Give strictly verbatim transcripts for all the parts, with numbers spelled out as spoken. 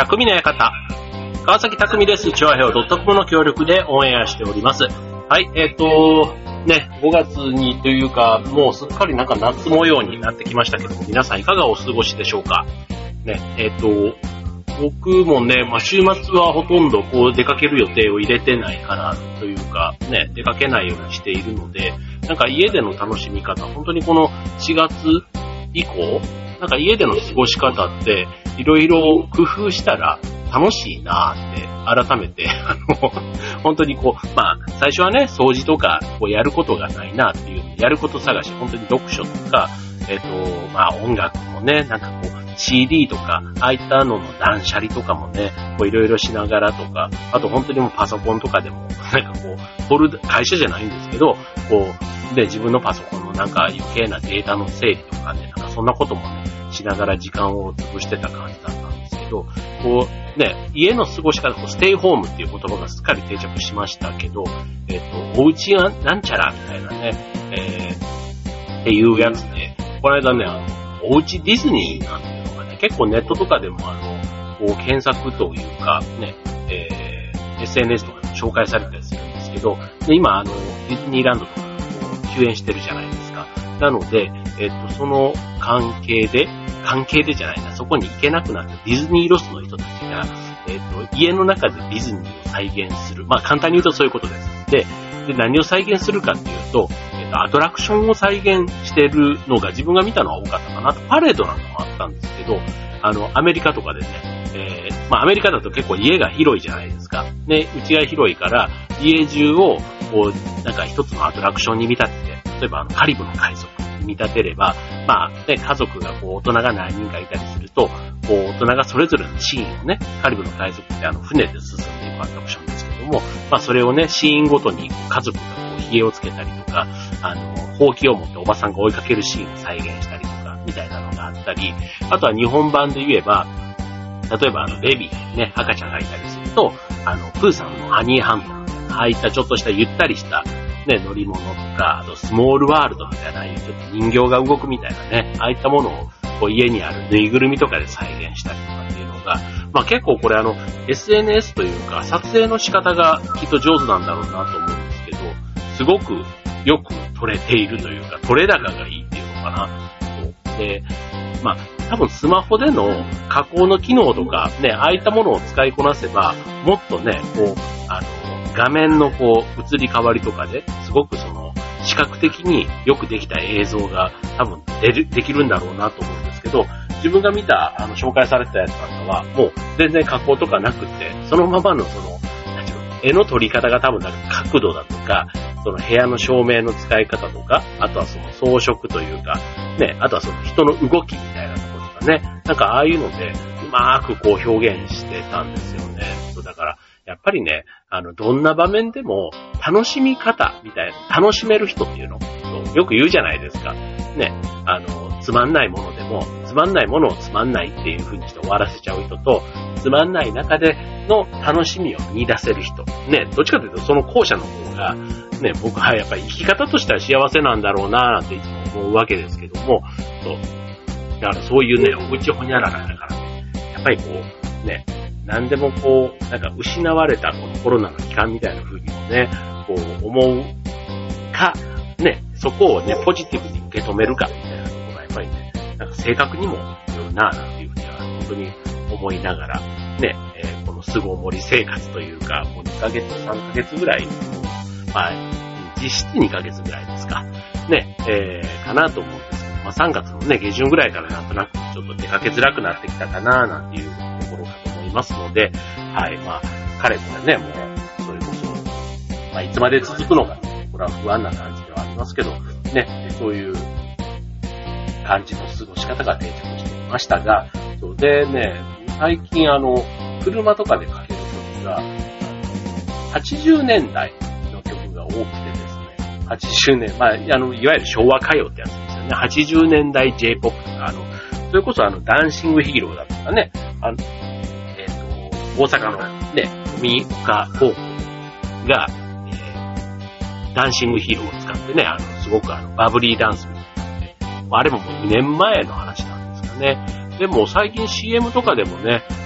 匠の館。川崎匠です。チョアヘオ .com の協力でオンエアしております。はい、えっと、ね、ごがつにというか、もうすっかりなんか夏模様になってきましたけども、皆さんいかがお過ごしでしょうか。ね、えっと、僕もね、まあ、週末はほとんどこう出かける予定を入れてないかなというか、ね、出かけないようにしているので、なんか家での楽しみ方、本当にこのしがつ以降、なんか家での過ごし方っていろいろ工夫したら楽しいなーって改めて、あの、本当にこう、まあ、最初はね、掃除とかこうやることがないなっていう、やること探し、本当に読書とか、えっと、まあ音楽もね、なんかこう、シーディー とか、ああいったのの断捨離とかもね、こういろいろしながらとか、あと本当にもうパソコンとかでも、なんかこう、フォルダ、会社じゃないんですけど、こう、で、自分のパソコンのなんか余計なデータの整理とかね、なんかそんなこともね、しながら時間を潰してた感じだったんですけど、こう、ね、家の過ごし方、こうステイホームっていう言葉がすっかり定着しましたけど、えっと、お家がなんちゃらみたいなね、えー、っていうやつで、この間ね、あの、おうちディズニーなんていうのがね、結構ネットとかでもあの、こう検索というか、ね、えー、エスエヌエス とかでも紹介されたりするんですけど、で今あの、ディズニーランドとかこう休園してるじゃないですか。なので、えっと、その関係で、関係でじゃないな、そこに行けなくなったディズニーロスの人たちが、えっと、家の中でディズニーを再現する。まあ簡単に言うとそういうことです。で、で何を再現するかっていうと、アトラクションを再現してるのが自分が見たのは多かったかなと。パレードなんかもあったんですけど、あの、アメリカとかでね、えー、まあアメリカだと結構家が広いじゃないですか。ね、うちが広いから、家中を、こう、なんか一つのアトラクションに見立てて、例えばあの、カリブの海賊に見立てれば、まあね、家族がこう、大人が何人かいたりすると、こう、大人がそれぞれのシーンをね、カリブの海賊ってあの、船で進んでいくアトラクションですけども、まあそれをね、シーンごとに家族が髭をつけたりとか、あの、ほうきを持っておばさんが追いかけるシーンを再現したりとか、みたいなのがあったり、あとは日本版で言えば、例えばあの、ベビーね、赤ちゃんがいたりすると、あの、プーさんのハニーハンドみたいな、ああいったちょっとしたゆったりした、ね、乗り物とか、あとスモールワールドみたいな、ああいうちょっと人形が動くみたいなね、ああいったものを、こう家にあるぬいぐるみとかで再現したりとかっていうのが、まあ結構これあの、エスエヌエス というか、撮影の仕方がきっと上手なんだろうなと思うんですけど、すごくよく撮れているというか、撮れ高がいいっていうのかな。そうで、まあ、多分スマホでの加工の機能とか、ね、ああいったものを使いこなせば、もっとね、こう、あの、画面のこう、移り変わりとかで、すごくその、視覚的によくできた映像が多分出る、できるんだろうなと思うんですけど、自分が見た、あの、紹介されたやつなんかは、もう全然加工とかなくって、そのままのその、絵の撮り方が多分なんか角度だとか、その部屋の照明の使い方とか、あとはその装飾というか、ね、あとはその人の動きみたいなところとかね、なんかああいうので、うまーくこう表現してたんですよね。そうだから、やっぱりね、あの、どんな場面でも楽しみ方みたいな、楽しめる人っていうの、よく言うじゃないですか。ね、あの、つまんないものでも、つまんないものをつまんないっていう風にして終わらせちゃう人と、つまんない中での楽しみを見出せる人。ね、どっちかというとその後者の方が、ね、僕はやっぱり生き方としては幸せなんだろうなぁなんていつも思うわけですけども、そう。だからそういうね、おうちほにゃららだからね、やっぱりこう、ね、何でもこう、なんか失われたこのコロナの期間みたいな風にもね、こう思うか、ね、そこをね、ポジティブに受け止めるかみたいなところがやっぱりね、なんか性格にもよるなぁなんていうふうには本当に思いながら、ね、えー、この巣ごもり生活というか、もうにかげつ、さんかげつぐらい、まあ、実質にかげつぐらいですか。ね、えー、かなと思うんですけど、まあさんがつのね、下旬ぐらいからなんとなくちょっと出かけづらくなってきたかななんていうところかと思いますので、はい、まあ、彼これね、もう、それこそ、まあいつまで続くのか、これは不安な感じではありますけど、ね、そういう感じの過ごし方が定着していましたが、そうでね、最近あの、車とかでかける曲が、はちじゅうねんだいの曲が多くてですね、はちじゅうねん、まあ、あの、いわゆる昭和歌謡ってやつですよね。はちじゅうねんだい J-ポップ とか、あの、それこそあの、ダンシングヒーローだとかね、あの、えっと、大阪のね、富岡高校が、えー、ダンシングヒーローを使ってね、あの、すごくあの、バブリーダンスみたいなね、あれももうにねんまえの話なんですかね。でも最近 シーエム とかでもね、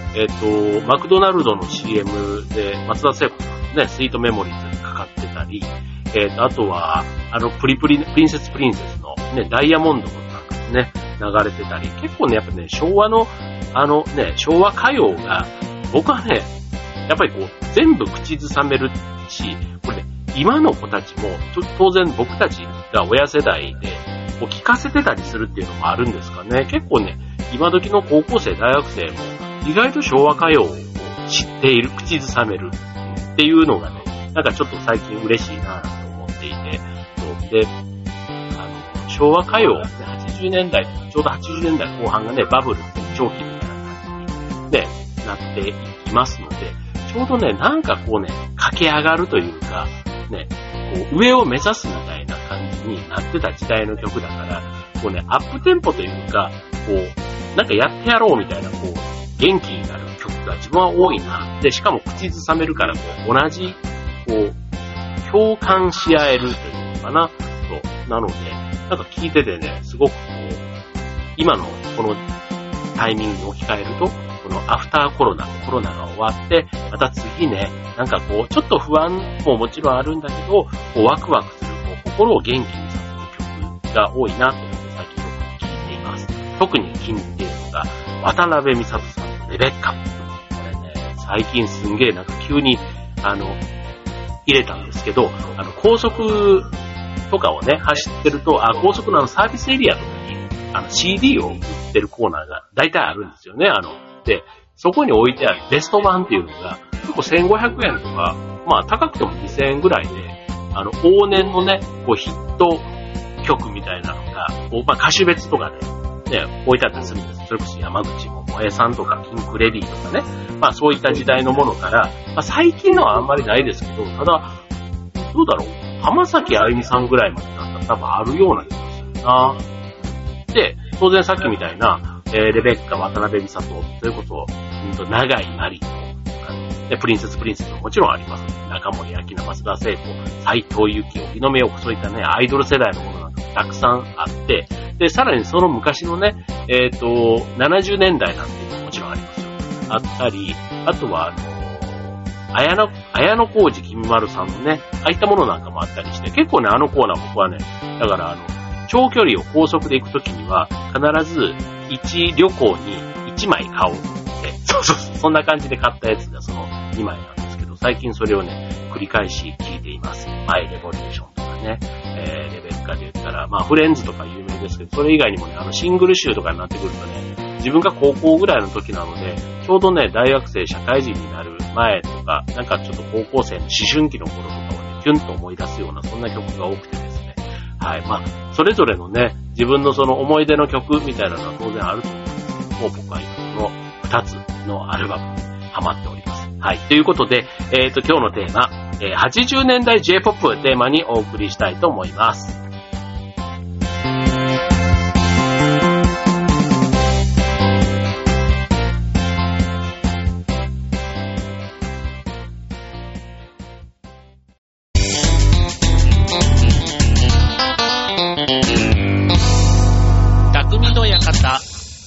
えっ、と、マクドナルドの シーエム で松田聖子さんのね、スイートメモリーズがかかってたり、えっ、と、あとは、あの、プリプリ、プリンセスプリンセスのね、ダイヤモンドのなんかね、流れてたり、結構ね、やっぱね、昭和の、あのね、昭和歌謡が、僕はね、やっぱりこう、全部口ずさめるし、これね、今の子たちも、当然僕たちが親世代で、こう聞かせてたりするっていうのもあるんですかね。結構ね、今時の高校生、大学生も、意外と昭和歌謡を知っている、口ずさめるっていうのがね、なんかちょっと最近嬉しいなと思っていて、そうで、あの、昭和歌謡、はちじゅうねんだい、ちょうどはちじゅうねんだいこう半がね、バブルって長期みたいな感じに、ね、なっていきますので、ちょうどね、なんかこうね、駆け上がるというか、ね、こう上を目指すみたいな感じになってた時代の曲だから、こうね、アップテンポというか、こう、なんかやってやろうみたいな、こう、元気になる曲が自分は多いな。で、しかも口ずさめるから、こう、同じ、こう、共感し合えるというのかな。そう。なので、なんか聞いててね、すごくこう、今のこのタイミングを控えると、このアフターコロナ、コロナが終わって、また次ね、なんかこう、ちょっと不安ももちろんあるんだけど、こうワクワクする、こう心を元気にさせる曲が多いなと思って最近よく聴いています。特に気に入っているのが、渡辺美里さんのレベッカ。これね、最近すんげえなんか急に、あの、入れたんですけど、あの、高速とかをね、走ってると、あ、高速のあのサービスエリアとかに、あの シーディー を売ってるコーナーが大体あるんですよね。あの、で、そこに置いてあるベスト版っていうのが、結構せんごひゃくえんとか、まあ高くてもにせんえんぐらいで、あの、往年のね、こうヒット曲みたいなのが、こうまあ歌手別とかで、ね、置いてあったりするんです。それこそ山口百恵さんとか、ピンクレディーとかね、まあそういった時代のものから、まあ最近のはあんまりないですけど、ただ、どうだろう、浜崎あゆみさんぐらいまでだったら多分あるような気がするな。で、当然さっきみたいな、えー、レベッカ、渡辺美里、それこそ、うんと、長井まりとか、で、プリンセスプリンセスももちろんあります。中森明菜、松田聖子、斎藤由貴、荻野目洋子、そういったね、アイドル世代のものなんかもたくさんあって、で、さらにその昔のね、えっと、ななじゅうねんだいなんていうのももちろんありますよ。あったり、あとは、あの、綾野、綾野浩二君丸さんのね、ああいったものなんかもあったりして、結構ね、あのコーナー僕はね、だからあの、長距離を高速で行くときには、必ずいち旅行にいちまい買おうと思って、そうそうそう、そんな感じで買ったやつがそのにまいなんですけど、最近それをね、繰り返し聞いています。マイレボリューションとかね、えー、レベッカで言ったら、まあフレンズとか有名ですけど、それ以外にもね、あのシングル集とかになってくるとね、自分が高校ぐらいの時なので、ちょうどね、大学生、社会人になる前とか、なんかちょっと高校生の思春期の頃とかをね、キュンと思い出すような、そんな曲が多くてですね。はい。まあ、それぞれのね、自分のその思い出の曲みたいなのは当然あると思うんですけども、僕は今このふたつのアルバムにハマっております。はい。ということで、えっと、今日のテーマ、えー、はちじゅうねんだい J-ポップ をテーマにお送りしたいと思います。匠の館。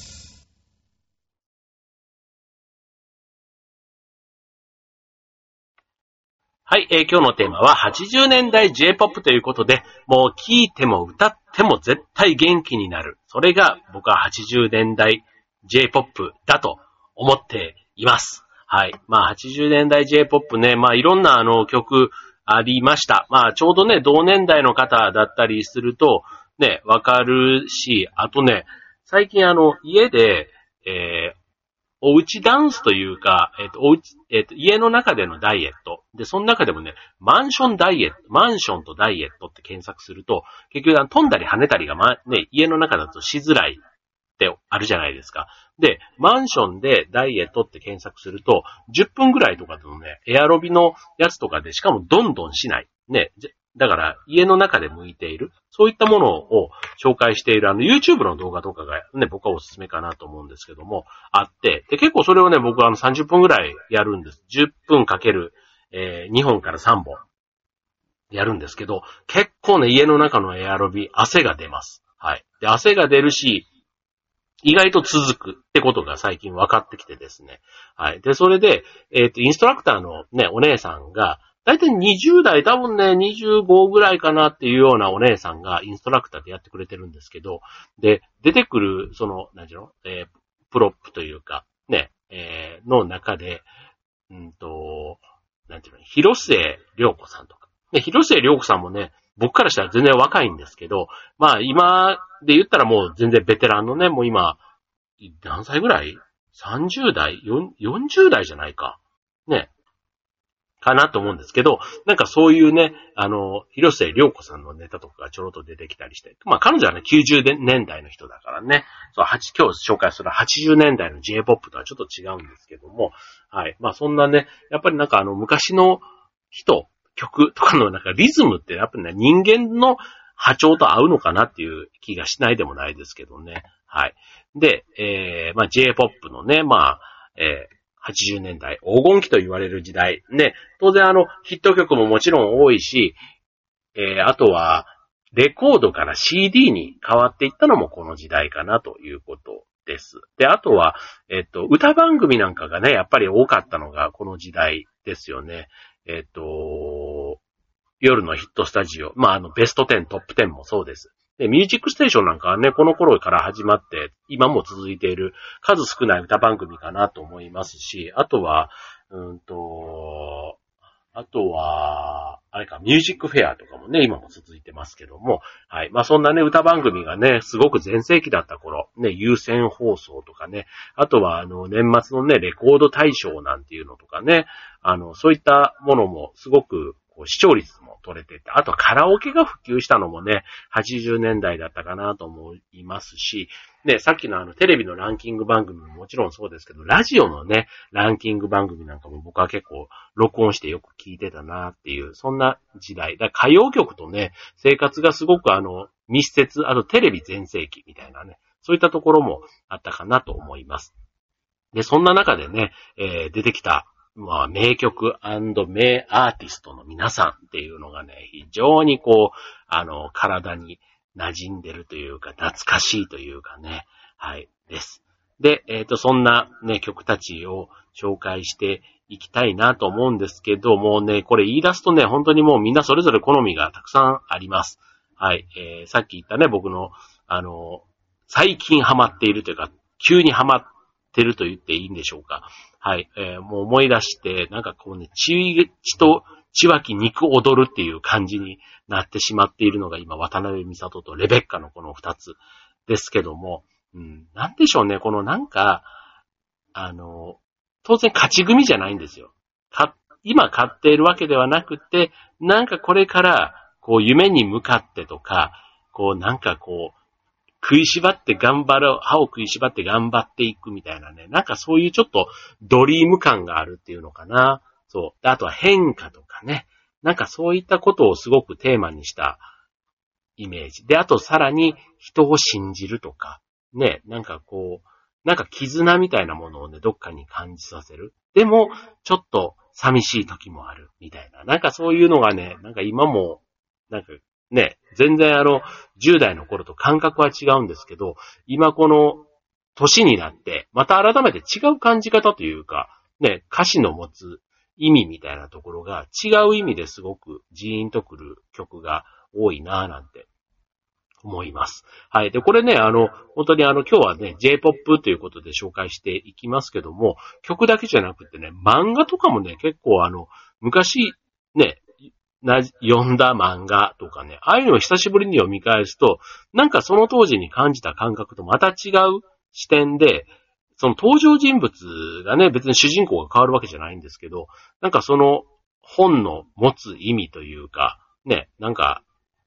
はい、えー、今日のテーマははちじゅうねんだい J-ポップ ということで、もう聴いても歌っても絶対元気になる。それが僕ははちじゅうねんだい J-ポップ だと思っています。はい。まあはちじゅうねんだい J-ポップ ね、まあいろんなあの曲ありました。まあちょうどね、同年代の方だったりすると、ね、わかるし、あとね、最近あの、家で、えー、おうちダンスというか、えっと、おうち、えっと、家の中でのダイエット。で、その中でもね、マンションダイエット、マンションとダイエットって検索すると、結局、飛んだり跳ねたりがま、ね、家の中だとしづらいってあるじゃないですか。で、マンションでダイエットって検索すると、じゅっぷんぐらいとかのね、エアロビのやつとかで、しかもどんどんしない。ね、だから、家の中で向いている。そういったものを紹介している、あの、YouTube の動画とかがね、僕はおすすめかなと思うんですけども、あって、で、結構それをね、僕はあの、さんじゅっぷんぐらいやるんです。じゅっぷんかける、えー、にほんからさんぼんやるんですけど、結構ね、家の中のエアロビ、汗が出ます。はい。で、汗が出るし、 意外と続くってことが最近分かってきてですね。はい。で、それで、えっと、インストラクターのね、お姉さんが、だいたいにじゅう代、多分ね、にじゅうごぐらいかなっていうようなお姉さんがインストラクターでやってくれてるんですけど、で、出てくる、その、何ていうの、えー、プロップというか、ね、えー、の中で、うんと、なんていうの、広末涼子さんとか。で、広末涼子さんもね、僕からしたら全然若いんですけど、まあ今で言ったらもう全然ベテランのね、もう今、何歳ぐらい ?さんじゅう 代 ?よんじゅう 代じゃないか。ね。かなと思うんですけど、なんかそういうね、あの、広末涼子さんのネタとかがちょろっと出てきたりして、まあ彼女はね、きゅうじゅうねんだいの人だからね、そう、今日紹介するはちじゅうねんだいの J-ポップ とはちょっと違うんですけども、はい。まあそんなね、やっぱりなんかあの、昔の人、曲とかのなんかリズムってやっぱりね、人間の波長と合うのかなっていう気がしないでもないですけどね。はい。で、えー、まあ J-ポップ のね、まあ、えー、はちじゅうねんだい、黄金期と言われる時代。ね、当然あの、ヒット曲ももちろん多いし、えー、あとは、レコードから シーディー に変わっていったのもこの時代かなということです。で、あとは、えっと、歌番組なんかがね、やっぱり多かったのがこの時代ですよね。えっと、夜のヒットスタジオ。まあ、あの、ベストじゅう、トップじゅうもそうです。で、ミュージックステーションなんかはね、この頃から始まって、今も続いている数少ない歌番組かなと思いますし、あとは、うんと、あとは、あれか、ミュージックフェアとかもね、今も続いてますけども、はい。まあそんなね、歌番組がね、すごく全盛期だった頃、ね、有線放送とかね、あとはあの、年末のね、レコード大賞なんていうのとかね、あの、そういったものもすごく、こう視聴率も取れてて、あとカラオケが普及したのもね、はちじゅうねんだいだったかなと思いますし、ね、さっきのあのテレビのランキング番組ももちろんそうですけど、ラジオのね、ランキング番組なんかも僕は結構録音してよく聞いてたなっていう、そんな時代。だから歌謡曲とね、生活がすごくあの、密接、あとテレビ全盛期みたいなね、そういったところもあったかなと思います。で、そんな中でね、えー、出てきた、まあ、名曲&名アーティストの皆さんっていうのがね、非常にこう、あの、体に馴染んでるというか、懐かしいというかね、はい、です。で、えっと、そんなね、曲たちを紹介していきたいなと思うんですけど、もうね、これ言い出すとね、本当にもうみんなそれぞれ好みがたくさんあります。はい、えー、さっき言ったね、僕の、あの、最近ハマっているというか、急にハマってると言っていいんでしょうか。はい、えー、もう思い出して、なんかこうね、血、血と血湧き肉踊るっていう感じになってしまっているのが今、渡辺美里とレベッカのこの二つですけども、うん、なんでしょうね、このなんか、あの、当然勝ち組じゃないんですよ。か、今買っているわけではなくて、なんかこれから、こう夢に向かってとか、こうなんかこう、食いしばって頑張る、歯を食いしばって頑張っていくみたいなね。なんかそういうちょっとドリーム感があるっていうのかな。そう。あとは変化とかね。なんかそういったことをすごくテーマにしたイメージ。で、あとさらに人を信じるとか、ね。なんかこう、なんか絆みたいなものをね、どっかに感じさせる。でも、ちょっと寂しい時もあるみたいな。なんかそういうのがね、なんか今も、なんか、ね、全然あの、じゅう代の頃と感覚は違うんですけど、今この年になって、また改めて違う感じ方というか、ね、歌詞の持つ意味みたいなところが違う意味ですごくジーンとくる曲が多いなぁなんて思います。はい。で、これね、あの、本当にあの、今日はね、J-ポップ ということで紹介していきますけども、曲だけじゃなくてね、漫画とかもね、結構あの、昔、ね、な、読んだ漫画とかね、ああいうのを久しぶりに読み返すと、なんかその当時に感じた感覚とまた違う視点で、その登場人物がね、別に主人公が変わるわけじゃないんですけど、なんかその本の持つ意味というか、ね、なんか、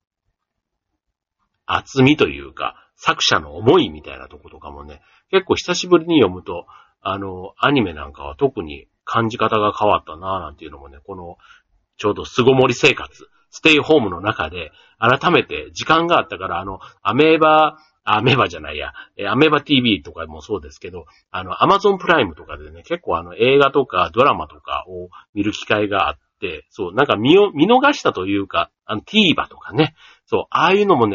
厚みというか、作者の思いみたいなとことかもね、結構久しぶりに読むと、あの、アニメなんかは特に感じ方が変わったなぁなんていうのもね、この、ちょうど巣ごもり生活、ステイホームの中で、改めて時間があったから、あの、アメーバ、アメーバじゃないや、アメーバ ティーブイ とかもそうですけど、あの、アマゾンプライムとかでね、結構あの、映画とかドラマとかを見る機会があって、そう、なんか見を、見逃したというか、あの、ティーバとかね、そう、ああいうのもね、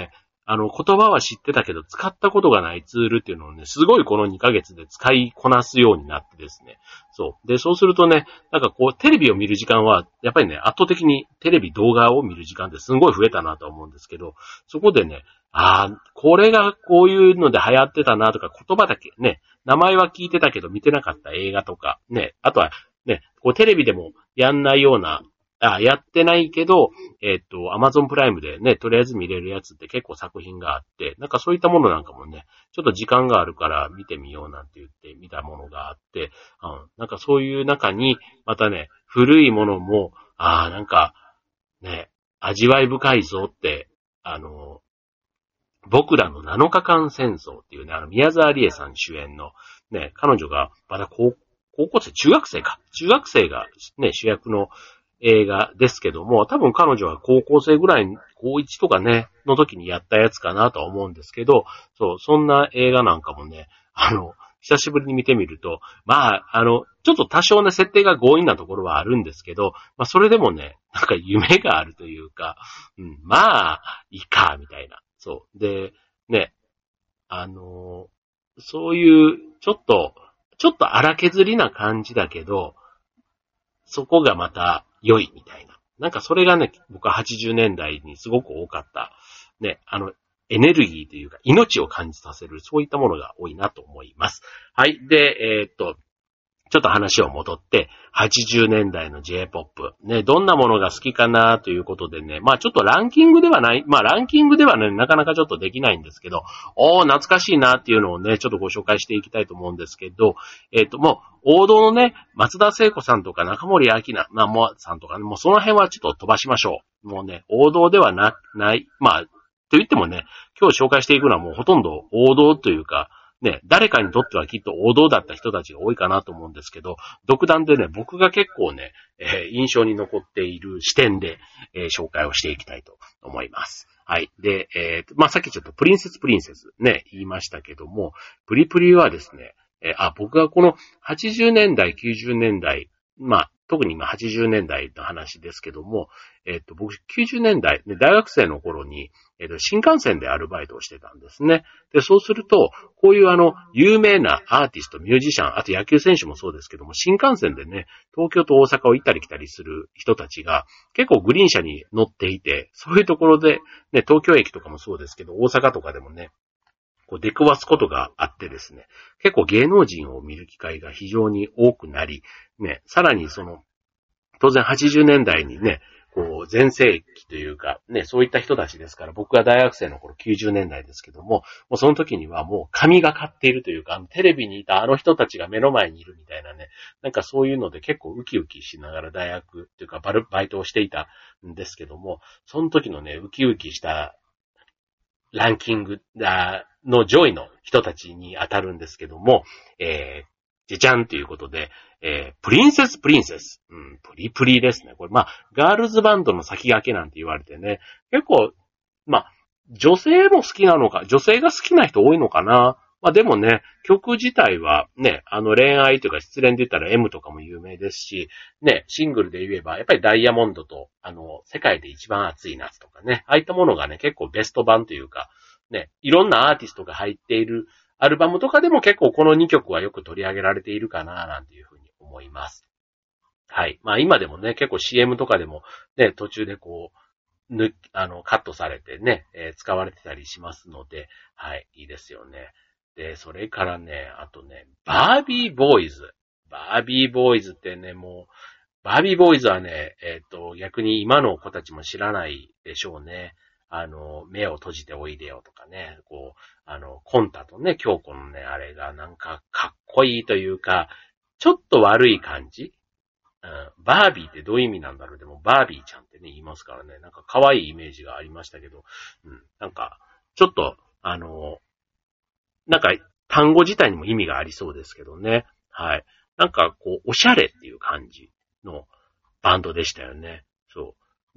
あの、言葉は知ってたけど、使ったことがないツールっていうのをね、すごいこのにかげつで使いこなすようになってですね。そう。で、そうするとね、なんかこう、テレビを見る時間は、やっぱりね、圧倒的にテレビ、動画を見る時間ってすごい増えたなと思うんですけど、そこでね、ああ、これがこういうので流行ってたなとか、言葉だけね、名前は聞いてたけど見てなかった映画とか、ね、あとはね、こうテレビでもやんないような、あ、やってないけど、えっと、Amazon プライムでね、とりあえず見れるやつって結構作品があって、なんかそういったものなんかもね、ちょっと時間があるから見てみようなんて言って見たものがあって、うん、なんかそういう中に、またね、古いものも、ああ、なんか、ね、味わい深いぞって、あの、僕らのなのかかん戦争っていうね、あの、宮沢りえさん主演の、ね、彼女が、まだ高高校生、中学生か。中学生がね、主役の映画ですけども、多分彼女は高校生ぐらい、高いちとかね、の時にやったやつかなとは思うんですけど、そう、そんな映画なんかもね、あの、久しぶりに見てみると、まあ、あの、ちょっと多少ね、設定が強引なところはあるんですけど、まあ、それでもね、なんか夢があるというか、うん、まあ、いいか、みたいな。そう。で、ね、あの、そういう、ちょっと、ちょっと荒削りな感じだけど、そこがまた良いみたいな。なんかそれがね、僕ははちじゅうねんだいにすごく多かった。ね、あの、エネルギーというか、命を感じさせる、そういったものが多いなと思います。はい。で、えー、っと、ちょっと話を戻って、はちじゅうねんだいの J-ポップ。ね、どんなものが好きかなということでね、まあちょっとランキングではない、まあランキングではね、なかなかちょっとできないんですけど、おー、懐かしいなっていうのをね、ちょっとご紹介していきたいと思うんですけど、えっと、もう、王道のね、松田聖子さんとか中森明菜、まあ、もさんとかね、もうその辺はちょっと飛ばしましょう。もうね、王道ではな、ない、まあ、と言ってもね、今日紹介していくのはもうほとんど王道というか、ね、誰かにとってはきっと王道だった人たちが多いかなと思うんですけど、独断でね、僕が結構ね、えー、印象に残っている視点で、えー、紹介をしていきたいと思います。はい。で、えー、まあ、さっきちょっとプリンセスプリンセスね、言いましたけども、プリプリはですね、えー、あ、僕がこのはちじゅうねんだい、きゅうじゅうねんだい、まあ、特に今はちじゅうねんだいの話ですけども、えっと、僕きゅうじゅうねんだい、ね、大学生の頃に、えっと、新幹線でアルバイトをしてたんですね。で、そうすると、こういうあの、有名なアーティスト、ミュージシャン、あと野球選手もそうですけども、新幹線でね、東京と大阪を行ったり来たりする人たちが、結構グリーン車に乗っていて、そういうところで、ね、東京駅とかもそうですけど、大阪とかでもね、こう出くわすことがあってですね、結構芸能人を見る機会が非常に多くなり、ね、さらにその、当然はちじゅうねんだいにね、こう、全盛期というか、ね、そういった人たちですから、僕が大学生の頃きゅうじゅうねんだいですけども、もうその時にはもう神がかっているというか、テレビにいたあの人たちが目の前にいるみたいなね、なんかそういうので結構ウキウキしながら大学っていうかバルバイトをしていたんですけども、その時のね、ウキウキしたランキングの上位の人たちに当たるんですけども、えー、じゃじゃんということで、えー、プリンセスプリンセス。うん、プリプリですね。これ、まあ、ガールズバンドの先駆けなんて言われてね、結構、まあ、女性も好きなのか、女性が好きな人多いのかな。まあでもね、曲自体はね、あの恋愛というか失恋で言ったら M とかも有名ですし、ね、シングルで言えば、やっぱりダイヤモンドと、あの、世界で一番熱い夏とかね、ああいったものがね、結構ベスト版というか、ね、いろんなアーティストが入っているアルバムとかでも結構このにきょくはよく取り上げられているかな、なんていうふうに思います。はい。まあ今でもね、結構 シーエム とかでもね、途中でこう、ぬ、あの、カットされてね、えー、使われてたりしますので、はい、いいですよね。で、それからね、あとね、バービーボーイズ。バービーボーイズってね、もう、バービーボーイズはね、えっと、逆に今の子たちも知らないでしょうね。あの、目を閉じておいでよとかね、こう、あの、コンタとね、京子のね、あれがなんかかっこいいというか、ちょっと悪い感じ。うん、バービーってどういう意味なんだろう。でもバービーちゃんってね、言いますからね、なんか可愛いイメージがありましたけど、うん、なんか、ちょっと、あの、なんか、単語自体にも意味がありそうですけどね。はい。なんか、こう、おしゃれっていう感じのバンドでしたよね。そう。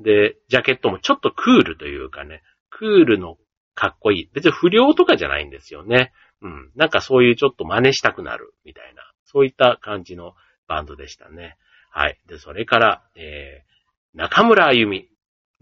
で、ジャケットもちょっとクールというかね、クールのかっこいい。別に不良とかじゃないんですよね。うん。なんかそういうちょっと真似したくなるみたいな、そういった感じのバンドでしたね。はい。で、それから、えー、中村あゆみ。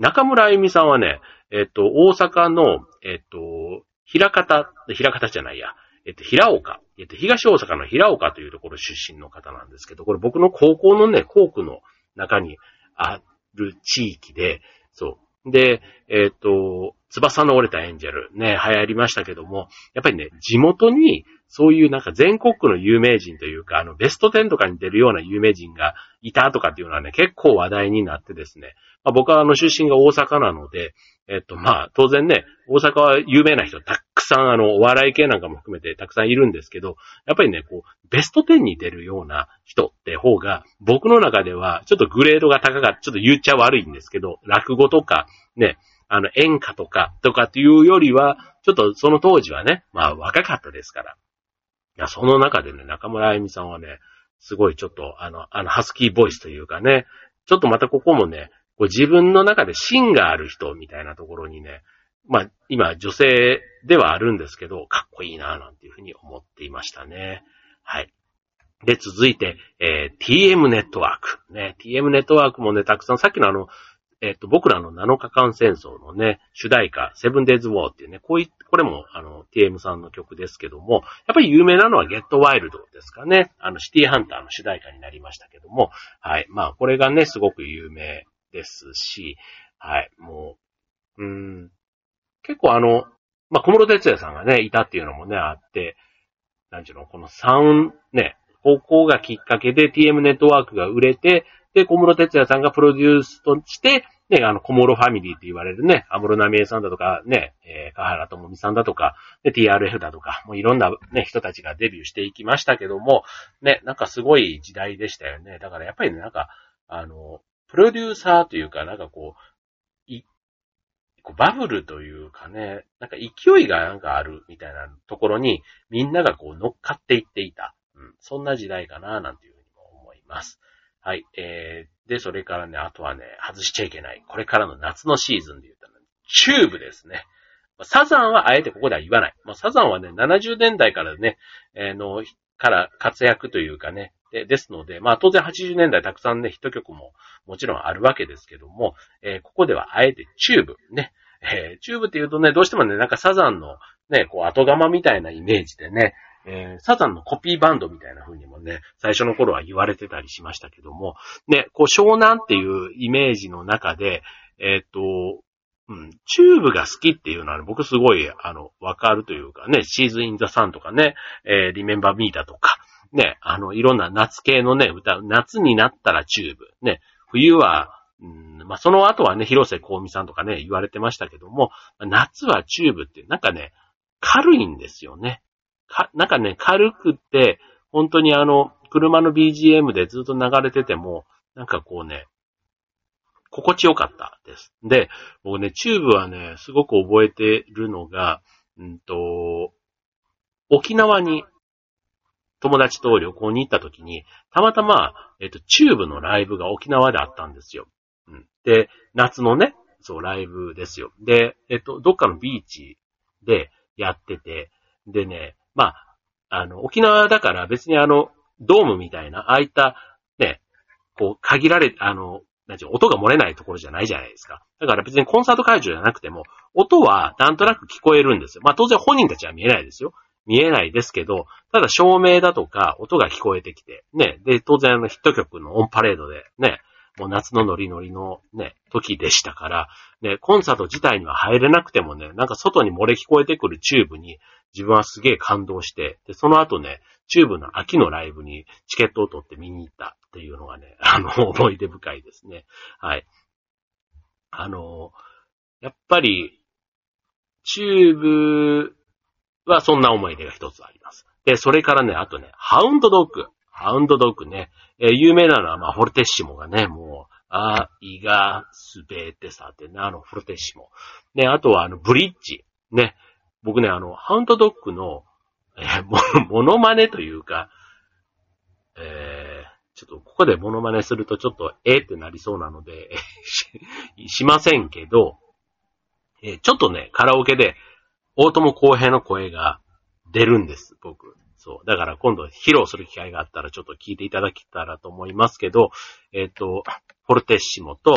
中村あゆみさんはね、えっと、大阪の、えっと、平方、平方じゃないや、えっと、平岡、えっと、東大阪の平岡というところ出身の方なんですけど、これ僕の高校のね、校区の中にある地域で、そう。で、えっと、翼の折れたエンジェル、ね、流行りましたけども、やっぱりね、地元に、そういうなんか全国区の有名人というか、あの、ベストテンとかに出るような有名人がいたとかっていうのはね、結構話題になってですね、まあ、僕はあの出身が大阪なので、えっと、まあ、当然ね、大阪は有名な人たくさん、あの、お笑い系なんかも含めてたくさんいるんですけど、やっぱりね、こう、ベストテンに出るような人って方が、僕の中では、ちょっとグレードが高かった、ちょっと言っちゃ悪いんですけど、落語とか、ね、あの、演歌とか、とかっていうよりは、ちょっとその当時はね、まあ若かったですから。いや、その中でね、中村あゆみさんはね、すごいちょっと、あの、あの、ハスキーボイスというかね、ちょっとまたここもね、こう自分の中で芯がある人みたいなところにね、まあ、今女性ではあるんですけど、かっこいいなぁなんていうふうに思っていましたね。はい。で、続いて、えー、ティーエム ネットワーク。ね、ティーエム ネットワークもね、たくさん、さっきのあの、えっと、僕らのなのかかん戦争のね、主題歌、セブンデイズウォーっていうね、こういこれも、あの、ティーエム さんの曲ですけども、やっぱり有名なのはゲットワイルドですかね。あの、シティハンターの主題歌になりましたけども、はい。まあ、これがね、すごく有名ですし、はい。もう、うーん、結構あの、まあ、小室哲哉さんがね、いたっていうのもね、あって、なんちゅうの、このサウン、ね、高校がきっかけで ティーエム ネットワークが売れて、で、小室哲哉さんがプロデュースとして、ね、あの、小室ファミリーって言われるね、安室奈美恵さんだとか、ね、えー、河原智美さんだとか、で、ティーアールエフ だとか、もういろんなね、人たちがデビューしていきましたけども、ね、なんかすごい時代でしたよね。だからやっぱりね、なんか、あの、プロデューサーというか、なんかこう、い、こうバブルというかね、なんか勢いがなんかあるみたいなところに、みんながこう乗っかっていっていた。うん、そんな時代かな、なんていうふうにも思います。はい。えー、で、それからね、あとはね、外しちゃいけない。これからの夏のシーズンで言ったら、チューブですね。サザンはあえてここでは言わない。まあ、サザンはね、ななじゅうねんだいからね、えー、の、から活躍というかね、でですので、まあ当然はちじゅうねんだいたくさんね、ヒット曲ももちろんあるわけですけども、えー、ここではあえてチューブ、ね、えー、チューブって言うとね、どうしてもね、なんかサザンのね、こう後釜みたいなイメージでね、えー、サザンのコピーバンドみたいな風にもね、最初の頃は言われてたりしましたけども、ね、こう湘南っていうイメージの中で、えっと、うん、チューブが好きっていうのは、ね、僕すごい、あの、わかるというかね、シーズンインザサンとかね、えー、リメンバーミーだとか、ね、あの、いろんな夏系のね、歌、夏になったらチューブ、ね、冬は、うん、まあ、その後はね、広瀬香美さんとかね、言われてましたけども、夏はチューブって、なんかね、軽いんですよね。か、なんかね、軽くって、本当にあの、車の ビージーエム でずっと流れてても、なんかこうね、心地よかったです。で、僕ね、チューブはね、すごく覚えてるのが、うんと、沖縄に友達と旅行に行った時に、たまたま、えっと、チューブのライブが沖縄であったんですよ。うん、で、夏のね、そう、ライブですよ。で、えっと、どっかのビーチでやってて、でね、まあ、あの、沖縄だから別にあの、ドームみたいな、ああいった、ね、こう、限られ、あの、なんていう音が漏れないところじゃないじゃないですか。だから別にコンサート会場じゃなくても、音はなんとなく聞こえるんですよ。まあ当然本人たちは見えないですよ。見えないですけど、ただ照明だとか音が聞こえてきて、ね。で、当然あのヒット曲のオンパレードで、ね。もう夏のノリノリのね、時でしたから、ね、コンサート自体には入れなくてもね、なんか外に漏れ聞こえてくるチューブに自分はすげえ感動して、で、その後ね、チューブの秋のライブにチケットを取って見に行ったっていうのがね、あの、思い出深いですね。はい。あの、やっぱり、チューブはそんな思い出が一つあります。で、それからね、あとね、ハウンドドッグ。ハウンドドッグね。えー、有名なのは、まあ、フォルテッシモがね、もう、愛がすべてさってね、あの、フォルテッシモ。ね、あとは、あの、ブリッジ。ね。僕ね、あの、ハウンドドッグの、えー、モモノマネというか、えー、ちょっと、ここでモノマネするとちょっと、えーってなりそうなので、し、しませんけど、えー、ちょっとね、カラオケで、大友康平の声が出るんです、僕。そう。だから今度披露する機会があったらちょっと聞いていただけたらと思いますけど、えっと、フォルテッシモと、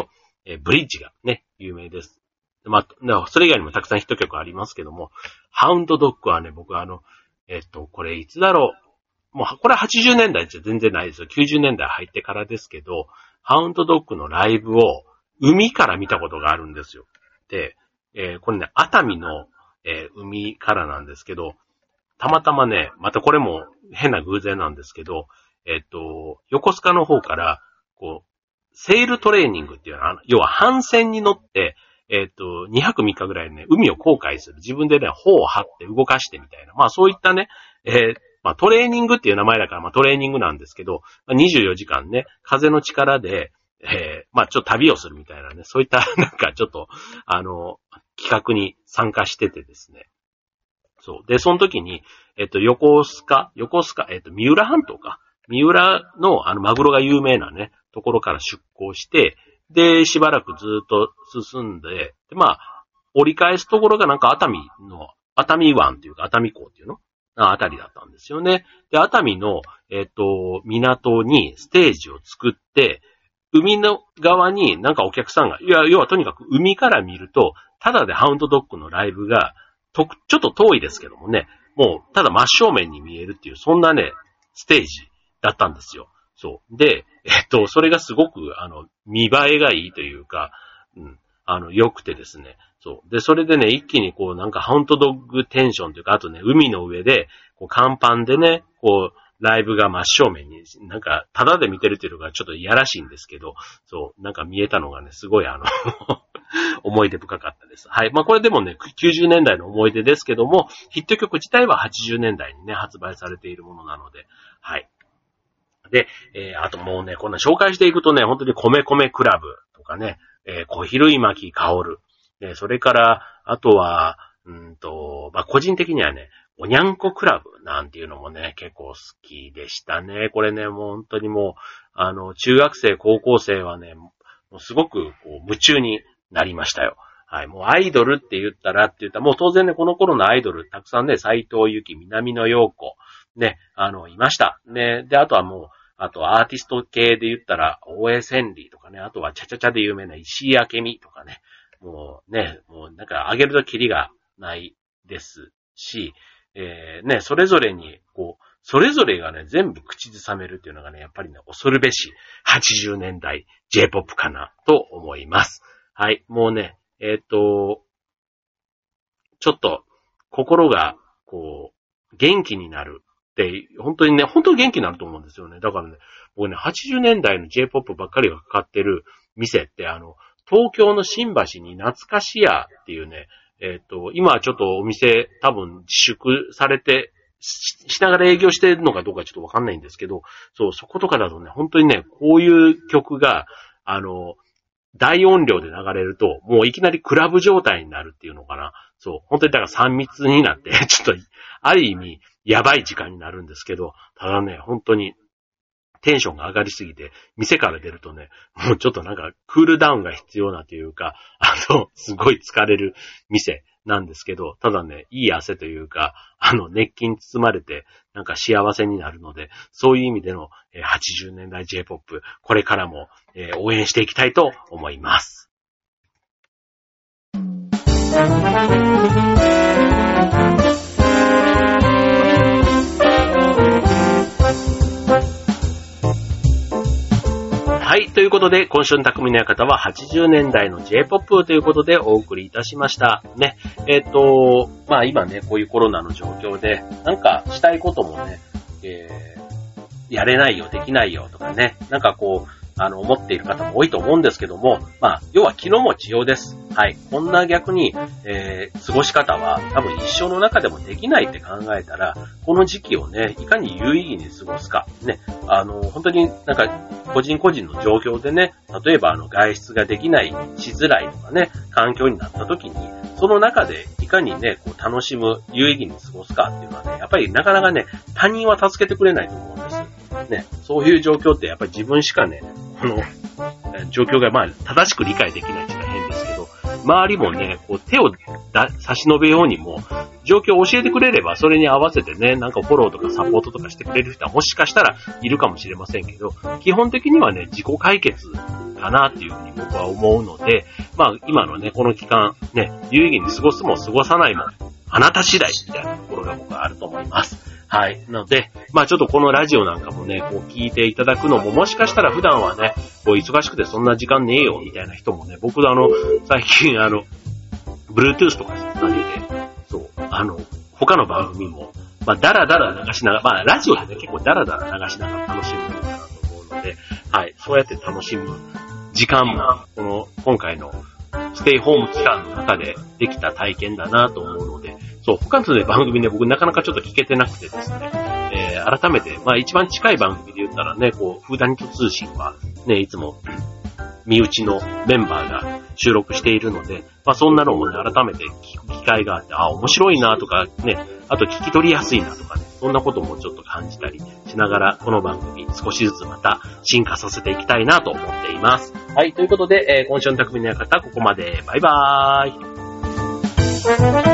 えー、ブリッジがね、有名です。まあ、それ以外にもたくさんヒット曲ありますけども、ハウンドドッグはね、僕あの、えっと、これいつだろう。もう、これははちじゅうねんだいじゃ全然ないですよ。きゅうじゅうねんだい入ってからですけど、ハウンドドッグのライブを海から見たことがあるんですよ。で、えー、これね、熱海の、えー、海からなんですけど、たまたまね、またこれも変な偶然なんですけど、えっと、横須賀の方から、こう、セールトレーニングっていうのは、要は帆船に乗って、えっと、にはくみっかぐらいね、海を航海する。自分でね、帆を張って動かしてみたいな。まあそういったね、えー、まあトレーニングっていう名前だから、まあトレーニングなんですけど、にじゅうよじかんね、風の力で、えー、まあちょっと旅をするみたいなね、そういったなんかちょっと、あの、企画に参加しててですね。そう。で、その時に、えっと、横須賀、横須賀、えっと、三浦半島か。三浦の、あの、マグロが有名なね、ところから出港して、で、しばらくずっと進んで、で、まあ、折り返すところがなんか熱海の、熱海湾っていうか熱海港っていうのあたりだったんですよね。で、熱海の、えっと、港にステージを作って、海の側になんかお客さんが、いや、要はとにかく海から見ると、ただでハウンドドッグのライブが、と、ちょっと遠いですけどもね、もう、ただ真正面に見えるっていう、そんなね、ステージだったんですよ。そう。で、えっと、それがすごく、あの、見栄えがいいというか、うん、あの、良くてですね。そう。で、それでね、一気にこう、なんか、ハウンドドッグテンションというか、あとね、海の上で、こう、甲板でね、こう、ライブが真正面に、なんか、ただで見てるっていうのがちょっといやらしいんですけど、そう、なんか見えたのがね、すごいあの、思い出深かったです。はい。まあこれでもね、きゅうじゅうねんだいの思い出ですけども、ヒット曲自体ははちじゅうねんだいにね、発売されているものなので、はい。で、えー、あともうね、こんな紹介していくとね、本当に米米クラブとかね、えー、小比類巻香る。で、それから、あとは、うんと、まあ個人的にはね、おにゃんこクラブなんていうのもね、結構好きでしたね。これね、もう本当にもう、あの、中学生、高校生はね、もうすごくこう夢中になりましたよ。はい。もうアイドルって言ったらって言ったら、もう当然ね、この頃のアイドル、たくさんね、斎藤由貴、南野陽子、ね、あの、いました。ね、で、あとはもう、あとアーティスト系で言ったら、大江千里とかね、あとはチャチャチャで有名な石井明美とかね、もうね、もうなんか上げるとキリがないですし、えー、ね、それぞれに、こう、それぞれがね、全部口ずさめるっていうのがね、やっぱりね、恐るべし、はちじゅうねんだい J-ポップ かな、と思います。はい、もうね、えっと、ちょっと、心が、こう、元気になるって、本当にね、本当に元気になると思うんですよね。だからね、僕ね、はちじゅうねんだいの J-ポップ ばっかりがかかってる店って、あの、東京の新橋に懐かし屋っていうね、えっと、今はちょっとお店多分自粛されてし、しながら営業してるのかどうかちょっとわかんないんですけど、そう、そことかだとね、本当にね、こういう曲が、あの、大音量で流れると、もういきなりクラブ状態になるっていうのかな。そう、本当にだからさん密になって、ちょっと、ある意味、やばい時間になるんですけど、ただね、本当に、テンションが上がりすぎて、店から出るとね、もうちょっとなんかクールダウンが必要なというか、あの、すごい疲れる店なんですけど、ただね、いい汗というか、あの、熱気に包まれて、なんか幸せになるので、そういう意味での、えー、はちじゅうねんだい J-ポップ、これからも、えー、応援していきたいと思います。はい。ということで、今週の匠の館ははちじゅうねんだいの J-ポップ ということでお送りいたしました。ね。えっと、まあ今ね、こういうコロナの状況で、なんかしたいこともね、えー、やれないよ、できないよとかね、なんかこう、あの、思っている方も多いと思うんですけども、まあ、要は気の持ちようです。はい。こんな逆に、えー、過ごし方は多分一生の中でもできないって考えたら、この時期をね、いかに有意義に過ごすか。ね。あの、本当になんか、個人個人の状況でね、例えばあの、外出ができない、しづらいとかね、環境になった時に、その中でいかにね、こう楽しむ、有意義に過ごすかっていうのはね、やっぱりなかなかね、他人は助けてくれないと思うんです。ね。そういう状況ってやっぱり自分しかね、この状況がまあ正しく理解できないっていうのは変ですけど、周りもね、こう手をだ差し伸べようにも、状況を教えてくれれば、それに合わせてね、なんかフォローとかサポートとかしてくれる人はもしかしたらいるかもしれませんけど、基本的にはね、自己解決かかなっていうふうに僕は思うので、まあ今のね、この期間、ね、有意義に過ごすも過ごさないも、あなた次第みたいなところが僕はあると思います。はい。なので、まあちょっとこのラジオなんかもね、こう聞いていただくのも、もしかしたら普段はね、こう忙しくてそんな時間ねえよみたいな人もね、僕あの、最近あの、Bluetooth とかつなげて、そう、あの、他の番組も、まあ、だらだら流しながら、まあ、ラジオでね、結構だらだら流しながら楽しむのかなと思うので、はい、そうやって楽しむ時間も、この、今回のステイホーム期間の中でできた体験だなと思うので、そう、他の、ね、番組で僕なかなかちょっと聞けてなくてですね、えー、改めて、まあ、一番近い番組で言ったらね、こう、フーダニット通信は、ね、いつも、身内のメンバーが収録しているので、まあそんなのもね、改めて聞く機会があって、あ、面白いなとかね、あと聞き取りやすいなとかね、そんなこともちょっと感じたりしながら、この番組少しずつまた進化させていきたいなと思っています。はい、ということで、えー、今週の匠の館、ここまで。バイバーイ。